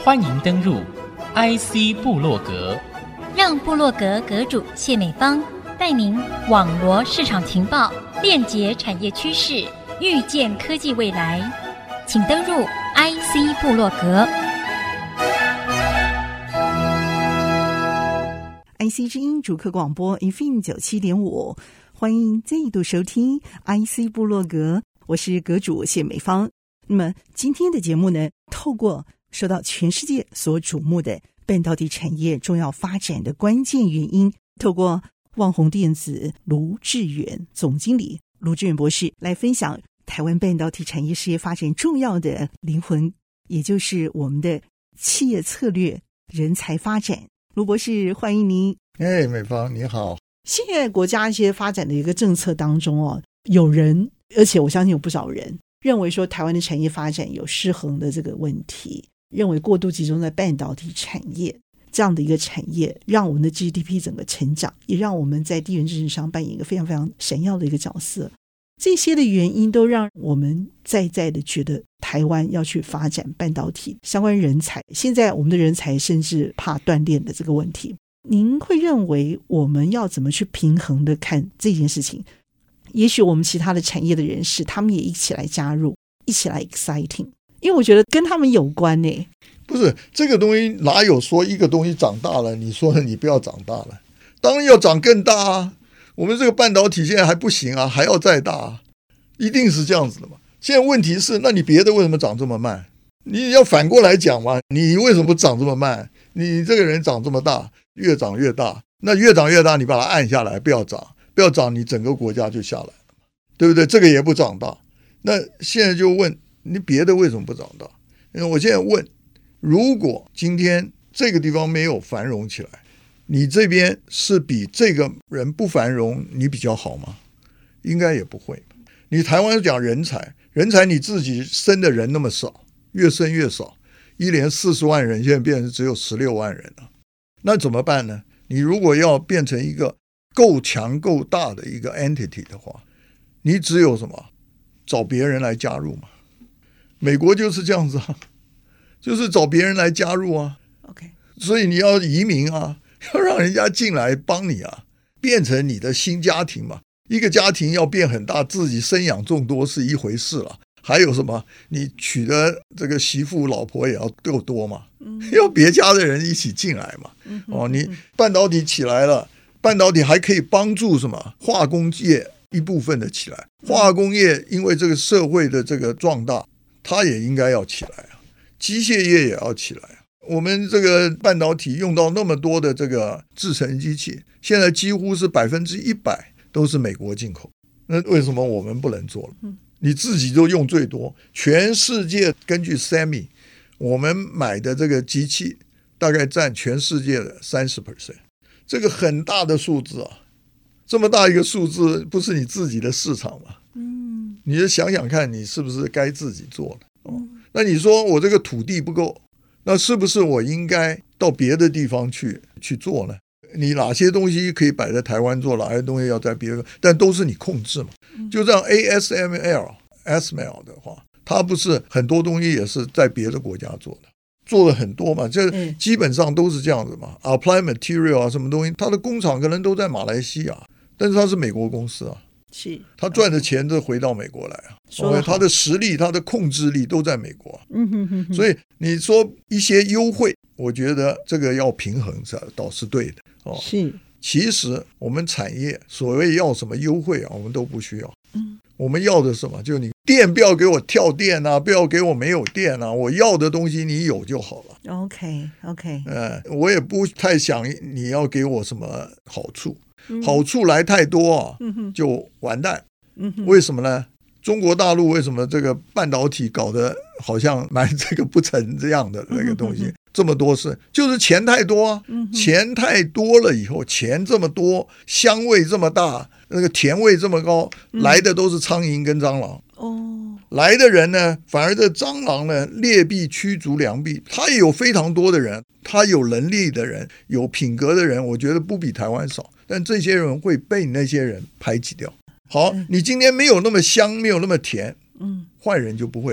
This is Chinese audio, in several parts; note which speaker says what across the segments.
Speaker 1: 欢迎登入 IC 部落格，
Speaker 2: 让部落格阁主谢美芳带您网罗市场情报，链接产业趋势，预见科技未来。请登入 IC 部落格。
Speaker 3: IC 之音主客广播 FM 97.5，欢迎再度收听 IC 部落格，我是阁主谢美芳。那么今天的节目呢，透过受到全世界所瞩目的半导体产业重要发展的关键原因，透过旺宏电子卢志远总经理卢志远博士来分享台湾半导体产业事业发展重要的灵魂，也就是我们的企业策略人才发展。卢博士，欢迎您。
Speaker 4: 美芳你好。
Speaker 3: 现在国家一些发展的一个政策当中有人，而且我相信有不少人认为说台湾的产业发展有失衡的这个问题，认为过度集中在半导体产业这样的一个产业，让我们的 GDP 整个成长，也让我们在地缘政治上扮演一个非常非常闪耀的一个角色。这些的原因都让我们在的觉得台湾要去发展半导体相关人才，现在我们的人才甚至怕断链的这个问题，您会认为我们要怎么去平衡的看这件事情？也许我们其他的产业的人士他们也一起来加入，一起来 exciting， 因为我觉得跟他们有关呢。
Speaker 4: 不是这个东西哪有说一个东西长大了你说你不要长大了，当然要长更大啊。我们这个半导体现在还不行啊，还要再大啊，一定是这样子的嘛。现在问题是，那你别的为什么长这么慢？你要反过来讲嘛，你为什么不长这么慢？你这个人长这么大，越长越大，那越长越大你把它按下来，不要长，你整个国家就下来了，对不对？这个也不长大。那现在就问你别的为什么不长大？因为我现在问，如果今天这个地方没有繁荣起来，你这边是比这个人不繁荣你比较好吗？应该也不会。你台湾讲人才你自己生的人那么少，越生越少，一年40万人现在变成只有16万人了，那怎么办呢？你如果要变成一个够强够大的一个 entity 的话，你只有什么？找别人来加入嘛。美国就是这样子啊，就是找别人来加入啊。
Speaker 3: OK，
Speaker 4: 所以你要移民啊，要让人家进来帮你啊，变成你的新家庭嘛。一个家庭要变很大，自己生养众多是一回事了，还有什么？你娶的这个媳妇老婆也要够多嘛，要别家的人一起进来嘛。你半导体起来了，半导体还可以帮助什么？化工业一部分的起来，化工业因为这个社会的这个壮大，它也应该要起来啊，机械业也要起来啊。我们这个半导体用到那么多的这个制程机器，现在几乎是100%都是美国进口，那为什么我们不能做了？你自己都用最多，全世界根据 SEMI 我们买的这个机器大概占全世界的 30%， 这个很大的数字啊，这么大一个数字不是你自己的市场吗？你就想想看你是不是该自己做了。那你说我这个土地不够，那是不是我应该到别的地方去做呢？你哪些东西可以摆在台湾做，哪些东西要在别的，但都是你控制嘛。就这样 ASML 的话，它不是很多东西也是在别的国家做了很多嘛，这基本上都是这样子嘛。Applied Material 啊，什么东西，它的工厂可能都在马来西亚，但是它是美国公司啊，
Speaker 3: 是
Speaker 4: 他赚的钱都回到美国来啊，他的实力他的控制力都在美国啊。所以你说一些优惠，我觉得这个要平衡倒是对的
Speaker 3: 是。
Speaker 4: 其实我们产业所谓要什么优惠我们都不需要。我们要的什么？就你电不要给我跳电啊，不要给我没有电啊，我要的东西你有就好了。
Speaker 3: OK，
Speaker 4: 我也不太想你要给我什么好处，好处来太多就完蛋。为什么呢？中国大陆为什么这个半导体搞得好像蛮这个不成这样的那个东西，这么多事，就是钱太多啊。钱太多了以后，钱这么多，香味这么大，那个甜味这么高，来的都是苍蝇跟蟑螂。来的人呢，反而这蟑螂呢劣币驱逐良币，他也有非常多的人，他有能力的人，有品格的人，我觉得不比台湾少，但这些人会被那些人排挤掉。好，你今天没有那么香，没有那么甜，坏人就不会来。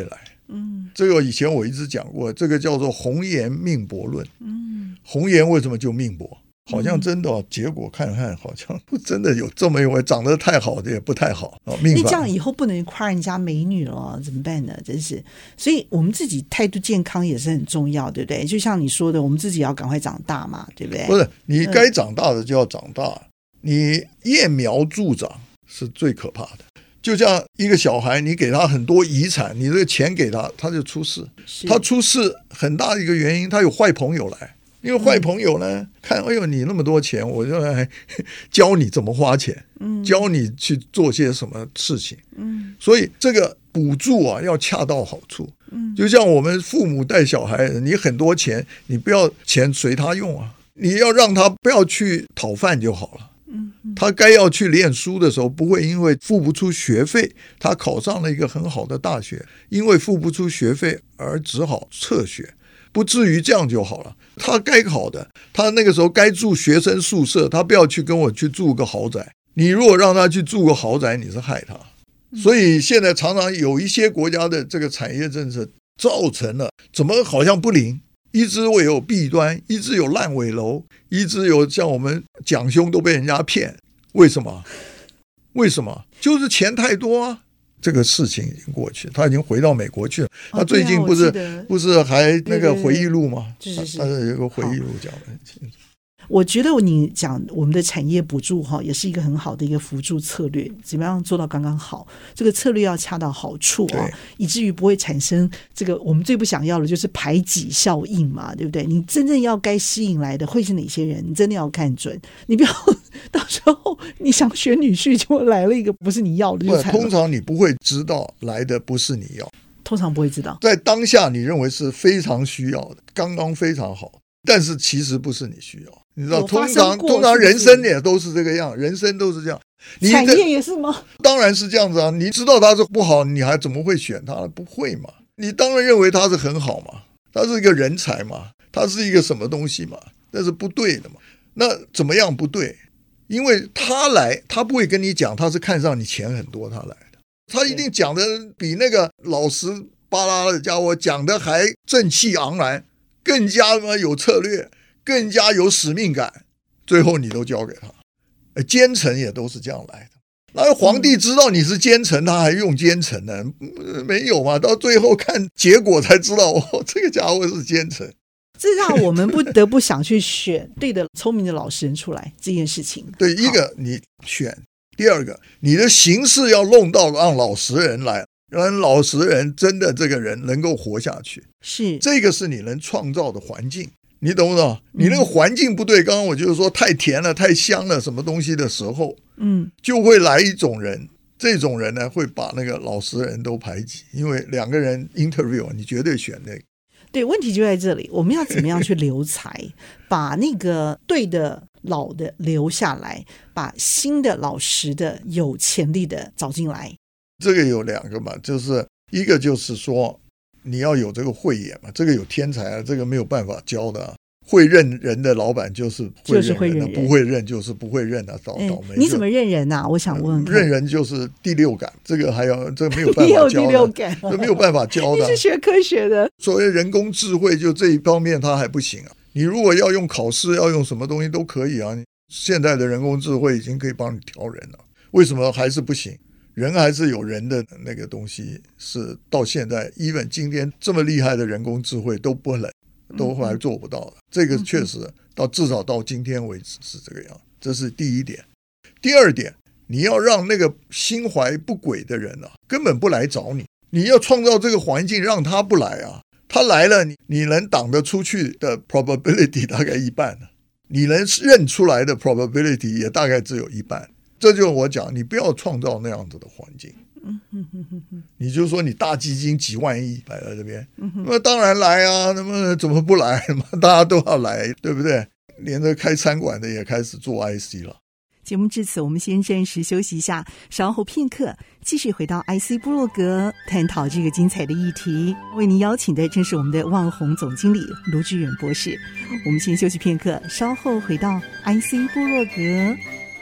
Speaker 4: 这个以前我一直讲过，这个叫做红颜命薄论。红颜为什么就命薄？好像真的结果看看好像真的有这么一回，长得太好的也不太好命反。
Speaker 3: 你这样以后不能夸人家美女了，怎么办呢？真是，所以我们自己态度健康也是很重要，对不对？就像你说的，我们自己要赶快长大嘛，对不对？
Speaker 4: 不是，你该长大的就要长大，你揠苗助长是最可怕的。就像一个小孩，你给他很多遗产，你这个钱给他，他就出事。他出事很大的一个原因，他有坏朋友来。因为坏朋友呢，看，哎呦，你那么多钱，我就来教你怎么花钱，教你去做些什么事情。所以这个补助啊，要恰到好处。就像我们父母带小孩，你很多钱，你不要钱随他用啊，你要让他不要去讨饭就好了。他该要去念书的时候，不会因为付不出学费，他考上了一个很好的大学，因为付不出学费而只好辍学。不至于这样就好了。他该考的，他那个时候该住学生宿舍，他不要去跟我去住个豪宅。你如果让他去住个豪宅，你是害他。所以现在常常有一些国家的这个产业政策造成了怎么好像不灵，一直会有弊端，一直有烂尾楼，一直有像我们蒋兄都被人家骗。为什么？就是钱太多啊。这个事情已经过去，他已经回到美国去了。他最近不是还那个回忆录吗？他有一个回忆录讲得很清楚。
Speaker 3: 我觉得你讲我们的产业补助也是一个很好的一个辅助策略，怎么样做到刚刚好？这个策略要恰到好处以至于不会产生这个我们最不想要的就是排挤效应嘛，对不对？你真正要该吸引来的会是哪些人？你真的要看准，你不要到时候你想选女婿，就来了一个不是你要的就惨了。
Speaker 4: 通常你不会知道来的不是你要，
Speaker 3: 通常不会知道，
Speaker 4: 在当下你认为是非常需要的，刚刚非常好，但是其实不是你需要。你知道，通常人生也都是这个样，人生都是这样。
Speaker 3: 产业也是吗？
Speaker 4: 当然是这样子啊！你知道他是不好，你还怎么会选他？不会嘛？你当然认为他是很好嘛，他是一个人才嘛，他是一个什么东西嘛？那是不对的嘛。那怎么样不对？因为他来，他不会跟你讲他是看上你钱很多他来的，他一定讲的比那个老实巴拉的家伙讲的还正气昂然，更加有策略，更加有使命感，最后你都交给他。奸臣也都是这样来的。那皇帝知道你是奸臣，他还用奸臣呢？没有嘛，到最后看结果才知道，这个家伙是奸臣。
Speaker 3: 这让我们不得不想去选对的聪明的老实人出来这件事情。
Speaker 4: 对，一个你选，第二个你的形式要弄到让老实人来，让老实人真的这个人能够活下去，
Speaker 3: 是这
Speaker 4: 个是你能创造的环境。你懂不懂？你那个环境不对，刚刚我就是说太甜了太香了什么东西的时候，就会来一种人，这种人呢会把那个老实人都排挤，因为两个人 interview 你绝对选那个。
Speaker 3: 对，问题就在这里，我们要怎么样去留才把那个对的老的留下来，把新的老实的有潜力的找进来。
Speaker 4: 这个有两个嘛，就是一个就是说你要有这个慧眼嘛，这个有天才啊，这个没有办法教的啊。会认人的老板就是会认人，不会认就是不会认啊，倒霉。
Speaker 3: 你怎么认人啊？我想问。
Speaker 4: 认人就是第六感，这个还有这个没有办法教的。
Speaker 3: 第六感，
Speaker 4: 这没有办法教的。
Speaker 3: 你是学科学的。
Speaker 4: 所谓人工智慧，就这一方面它还不行啊。你如果要用考试，要用什么东西都可以啊。现在的人工智慧已经可以帮你调人了，为什么还是不行？人还是有人的那个东西，是到现在 even 今天这么厉害的人工智慧都不能。都还做不到的，这个确实至少到今天为止是这个样，这是第一点。第二点，你要让那个心怀不轨的人根本不来找你，你要创造这个环境让他不来啊。他来了，你能挡得出去的 probability 大概一半，你能认出来的 probability 也大概只有一半。这就是我讲，你不要创造那样子的环境。你就说你大基金几万亿摆在这边，那当然来啊，那么怎么不来？大家都要来，对不对？连着开餐馆的也开始做 IC 了。
Speaker 3: 节目至此，我们先暂时休息一下，稍后片刻继续回到 IC 部落格，探讨这个精彩的议题。为您邀请的正是我们的旺宏总经理卢志远博士。我们先休息片刻，稍后回到 IC 部落格。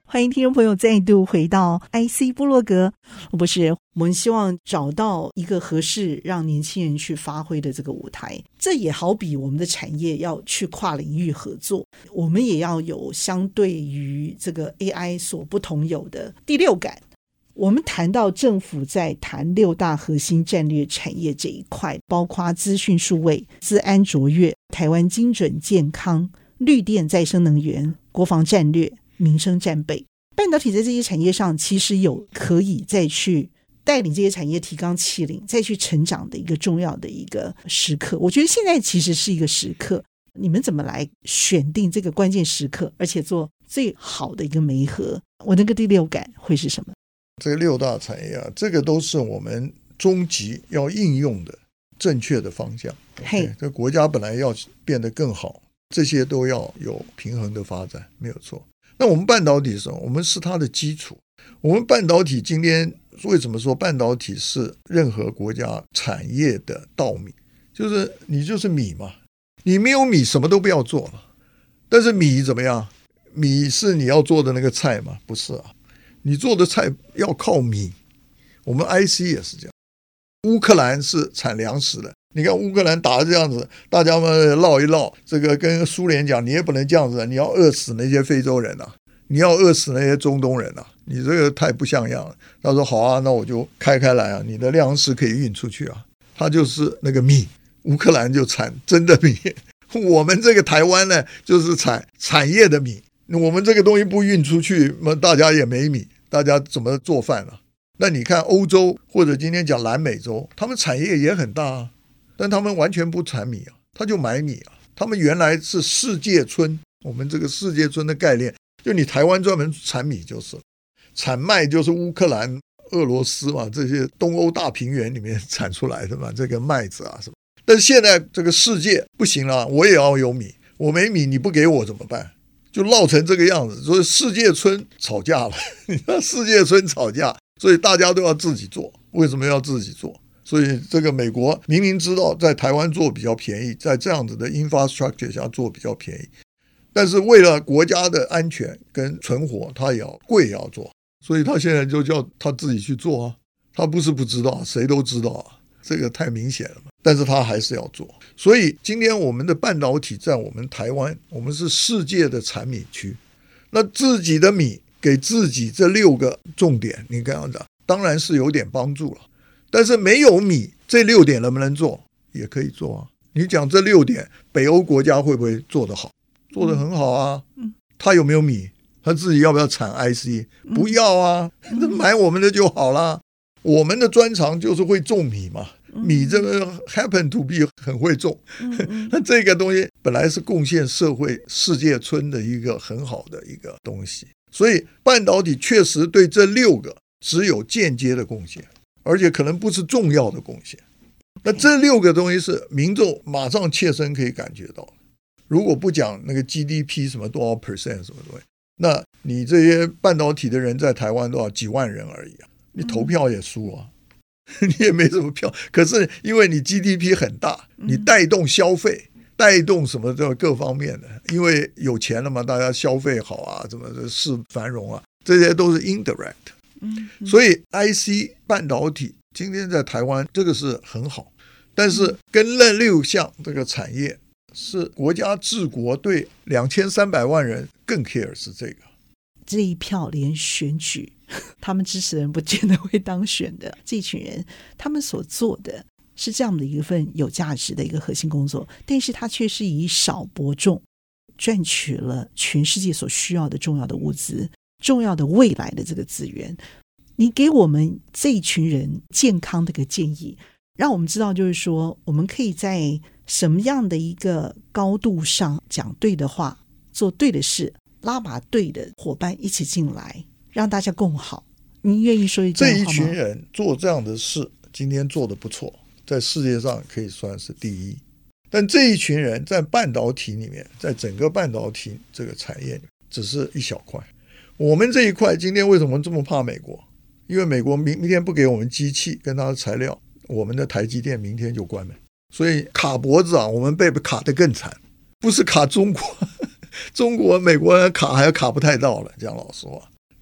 Speaker 3: 欢迎听众朋友再度回到 IC 部落格，不是，我们希望找到一个合适让年轻人去发挥的这个舞台。这也好比我们的产业要去跨领域合作，我们也要有相对于这个 AI 所不同有的第六感。我们谈到政府在谈6大核心战略产业这一块，包括资讯数位、资安卓越、台湾精准健康、绿电再生能源、国防战略、民生战备。半导体在这些产业上其实有可以再去带领这些产业提纲挈领再去成长的一个重要的一个时刻。我觉得现在其实是一个时刻，你们怎么来选定这个关键时刻，而且做最好的一个媒合？我那个第六感会是什么？
Speaker 4: 这6大产业啊，这个都是我们终极要应用的正确的方向。这国家本来要变得更好，这些都要有平衡的发展，没有错。那我们半导体是什么？我们是它的基础。我们半导体今天为什么说半导体是任何国家产业的稻米？就是你就是米嘛，你没有米什么都不要做了。但是米怎么样？米是你要做的那个菜吗？不是啊，你做的菜要靠米。我们 IC 也是这样。乌克兰是产粮食的，你看乌克兰打这样子，大家们闹一闹，这个跟苏联讲，你也不能这样子，你要饿死那些非洲人啊，你要饿死那些中东人啊，你这个太不像样了。他说好啊，那我就开来啊，你的粮食可以运出去啊。他就是那个米，乌克兰就产真的米，我们这个台湾呢就是产业的米，我们这个东西不运出去，大家也没米，大家怎么做饭啊？那你看欧洲或者今天讲南美洲，他们产业也很大啊，但他们完全不产米啊，他就买米啊。他们原来是世界村，我们这个世界村的概念，就你台湾专门产米就是产麦，就是乌克兰、俄罗斯嘛，这些东欧大平原里面产出来的嘛，这个麦子啊什么。但是现在这个世界不行了，我也要有米，我没米你不给我怎么办？就闹成这个样子，所以世界村吵架了。你看世界村吵架，所以大家都要自己做。为什么要自己做？所以这个美国明明知道在台湾做比较便宜，在这样子的 infrastructure 下做比较便宜，但是为了国家的安全跟存活，他也要贵也要做，所以他现在就叫他自己去做啊。他不是不知道，谁都知道啊，这个太明显了嘛。但是他还是要做。所以今天我们的半导体在我们台湾，我们是世界的产米区。那自己的米给自己这6个重点，你刚刚讲当然是有点帮助了。但是没有米，这6点能不能做？也可以做啊。你讲这6点，北欧国家会不会做得好？做得很好啊。他有没有米？他自己要不要产 IC？ 不要啊，买我们的就好啦。我们的专长就是会种米嘛，米这个 happen to be 很会种。那这个东西本来是贡献社会世界村的一个很好的一个东西，所以半导体确实对这6个只有间接的贡献，而且可能不是重要的贡献。那这6个东西是民众马上切身可以感觉到。如果不讲那个 GDP 什么多少 percent 什么东西，那你这些半导体的人在台湾多少几万人而已啊，你投票也输啊。你也没什么票，可是因为你 GDP 很大，你带动消费，带动什么的各方面的，因为有钱了嘛，大家消费好啊，怎么是繁荣啊，这些都是 indirect。所以 IC 半导体今天在台湾这个是很好，但是跟那6项这个产业是国家治国，对2300万人更 care 是这个。
Speaker 3: 这一票连选举他们支持人不见得会当选的这一群人，他们所做的是这样的一份有价值的一个核心工作，但是他却是以少博众，赚取了全世界所需要的重要的物资，重要的未来的这个资源。你给我们这一群人健康的一个建议，让我们知道就是说我们可以在什么样的一个高度上讲对的话，做对的事，拉把对的伙伴一起进来，让大家共好。您愿意说一句话吗？
Speaker 4: 这一群人做这样的事今天做得不错，在世界上可以算是第一。但这一群人在半导体里面，在整个半导体这个产业里只是一小块。我们这一块今天为什么这么怕美国？因为美国明天不给我们机器跟它的材料，我们的台积电明天就关门。所以卡脖子啊，我们被卡得更惨，不是卡中国中国美国人卡还卡不太到了，讲老实话。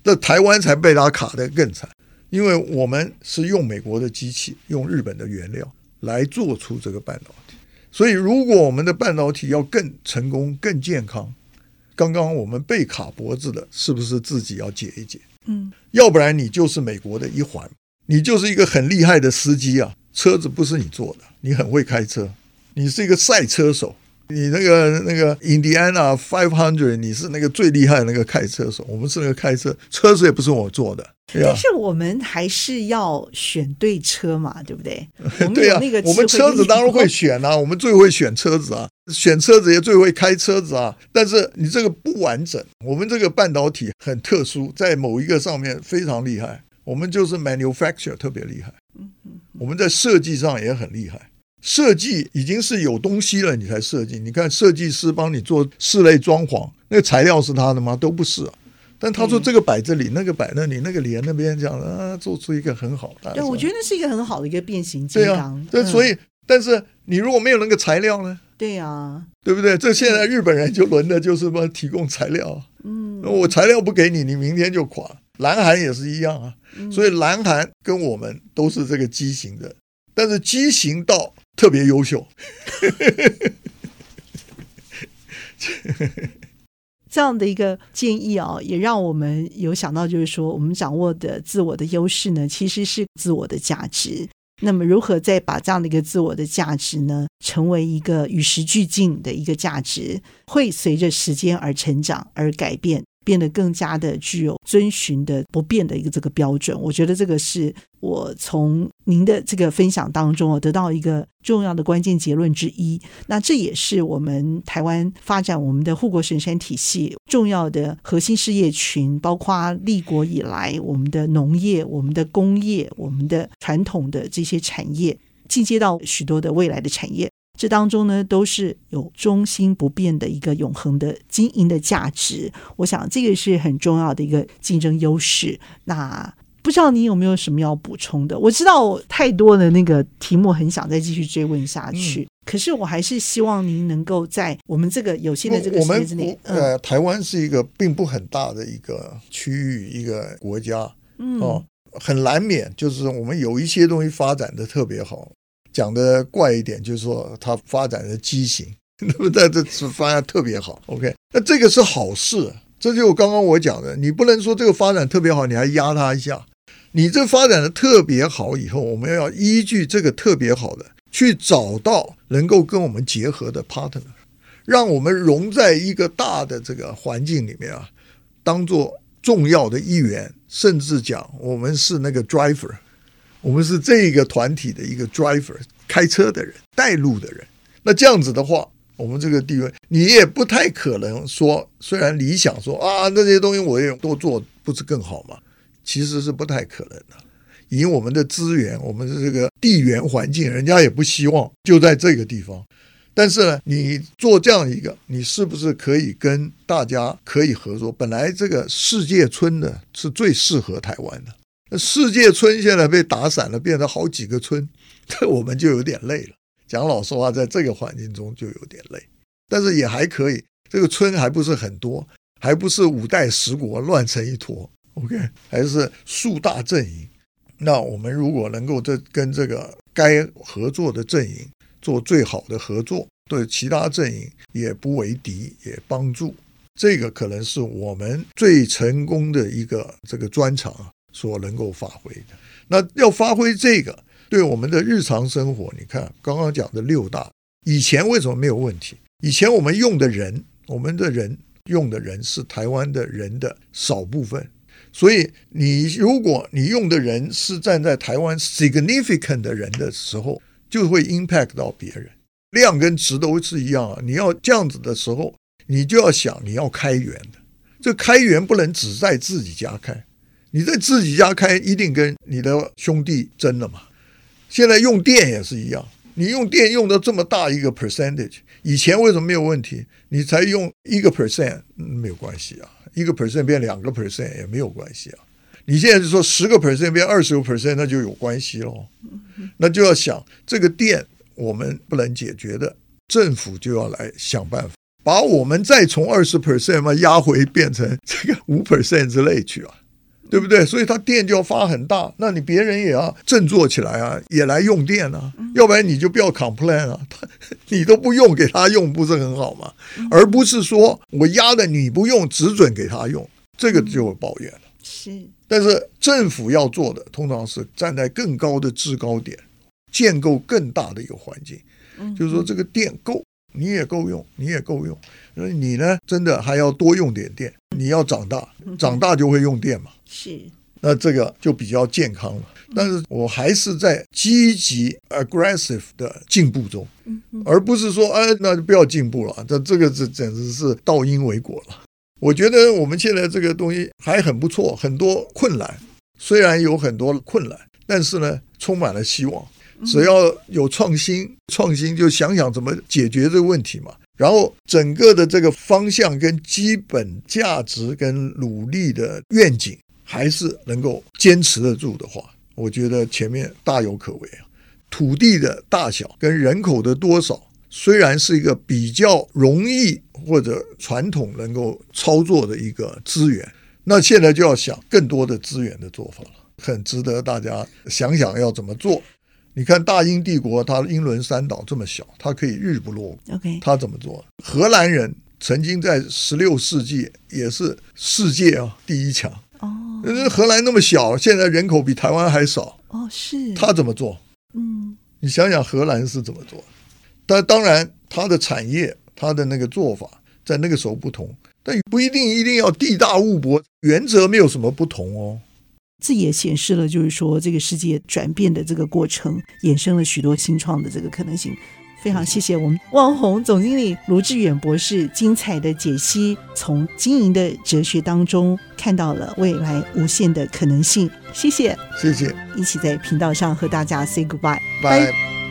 Speaker 4: 这台湾才被他卡得更惨，因为我们是用美国的机器，用日本的原料来做出这个半导体。所以如果我们的半导体要更成功更健康，刚刚我们被卡脖子的是不是自己要解一解？要不然你就是美国的一环，你就是一个很厉害的司机啊，车子不是你做的，你很会开车，你是一个赛车手，你那个 Indiana 500你是那个最厉害的那个开车手，我们是那个开车子也不是我做的。
Speaker 3: 但是我们还是要选对车嘛，对不对？
Speaker 4: 对啊，我们车子当然会选啊，我们最会选车子啊，选车子也最会开车子啊。但是你这个不完整，我们这个半导体很特殊，在某一个上面非常厉害，我们就是 manufacture 特别厉害，我们在设计上也很厉害。设计已经是有东西了你才设计，你看设计师帮你做室内装潢，那个材料是他的吗？都不是啊。但他说这个摆这里，那个摆那里，那个连那边这样做出一个很好的。
Speaker 3: 对，我觉得那是一个很好的一个变形金刚。
Speaker 4: 对啊，所以但是你如果没有那个材料呢？
Speaker 3: 对啊，
Speaker 4: 对不对？这现在日本人就轮的就是帮提供材料。我材料不给你，你明天就垮。南韩也是一样啊。所以南韩跟我们都是这个畸形的，但是畸形到特别优秀。
Speaker 3: 这样的一个建议啊，也让我们有想到，就是说我们掌握的自我的优势呢，其实是自我的价值。那么如何再把这样的一个自我的价值呢，成为一个与时俱进的一个价值，会随着时间而成长而改变，变得更加的具有遵循的不变的一个这个标准。我觉得这个是我从您的这个分享当中得到一个重要的关键结论之一。那这也是我们台湾发展我们的护国神山体系重要的核心事业群，包括立国以来我们的农业、我们的工业、我们的传统的这些产业，进阶到许多的未来的产业，这当中呢都是有中心不变的一个永恒的经营的价值。我想这个是很重要的一个竞争优势。那不知道你有没有什么要补充的？我知道太多的那个题目很想再继续追问下去，可是我还是希望您能够在我们这个有限的这个时间之内。
Speaker 4: 台湾是一个并不很大的一个区域，一个国家，很难免就是我们有一些东西发展的特别好，讲的怪一点就是说它发展的畸形，那么在这次发展特别好 OK， 那这个是好事，这就是刚刚我讲的，你不能说这个发展特别好你还压它一下，你这发展的特别好以后，我们要依据这个特别好的去找到能够跟我们结合的 partner， 让我们融在一个大的这个环境里面啊，当做重要的一员，甚至讲我们是那个 driver， 我们是这个团体的一个 driver， 开车的人，带路的人。那这样子的话，我们这个地位你也不太可能说，虽然理想说啊那些东西我也多做不是更好吗？其实是不太可能的。以我们的资源，我们的这个地缘环境，人家也不希望就在这个地方。但是呢，你做这样一个，你是不是可以跟大家可以合作？本来这个世界村呢是最适合台湾的，那世界村现在被打散了，变成好几个村，我们就有点累了。讲老实话，在这个环境中就有点累，但是也还可以，这个村还不是很多，还不是5代10国乱成一坨 OK， 还是数大阵营。那我们如果能够跟这个该合作的阵营做最好的合作，对其他阵营也不为敌，也帮助，这个可能是我们最成功的一个这个专长所能够发挥的。那要发挥这个，对我们的日常生活，你看刚刚讲的6大，以前为什么没有问题？以前我们用的人，我们的人用的人是台湾的人的少部分，所以如果你用的人是站在台湾 significant 的人的时候，就会 impact 到别人。量跟值都是一样啊，你要这样子的时候，你就要想你要开源的，这开源不能只在自己家开，你在自己家开一定跟你的兄弟争了嘛。现在用电也是一样，你用电用到这么大一个 percentage， 以前为什么没有问题？你才用1%，没有关系啊，1% 变2% 也没有关系啊。你现在就说10% 变20%，那就有关系咯。那就要想这个电我们不能解决的，政府就要来想办法，把我们再从20% 压回变成这个5% 之类去啊。 对不对？所以它电就要发很大，那你别人也要振作起来啊，也来用电啊，要不然你就不要 complain 啊，你都不用给他用，不是很好吗？而不是说我压的你不用，只准给他用，这个就有抱怨了。
Speaker 3: 是，
Speaker 4: 但是政府要做的通常是站在更高的制高点，建构更大的一个环境，就是说这个电够，你也够用，你也够用，你呢真的还要多用点电，你要长大，长大就会用电嘛，
Speaker 3: 是，
Speaker 4: 那这个就比较健康了。但是我还是在积极 aggressive 的进步中，而不是说那就不要进步了，这个简直是倒因为果了。我觉得我们现在这个东西还很不错，很多困难，虽然有很多困难，但是呢充满了希望。只要有创新就想想怎么解决这个问题嘛，然后整个的这个方向跟基本价值跟努力的愿景还是能够坚持得住的话，我觉得前面大有可为啊。土地的大小跟人口的多少虽然是一个比较容易或者传统能够操作的一个资源，那现在就要想更多的资源的做法了，很值得大家想想要怎么做。你看大英帝国，它英伦三岛这么小，它可以日不落国，它怎么做？荷兰人曾经在16世纪也是世界第一强。荷兰那么小，现在人口比台湾还少。
Speaker 3: 是。他
Speaker 4: 怎么做？你想想荷兰是怎么做？但当然它的产业，它的那个做法在那个时候不同，但不一定要地大物博，原则没有什么不同哦。
Speaker 3: 这也显示了就是说这个世界转变的这个过程衍生了许多新创的这个可能性。非常谢谢我们旺宏总经理卢志远博士精彩的解析，从经营的哲学当中看到了未来无限的可能性。谢谢，
Speaker 4: 谢谢，
Speaker 3: 一起在频道上和大家 say goodbye，
Speaker 4: 拜。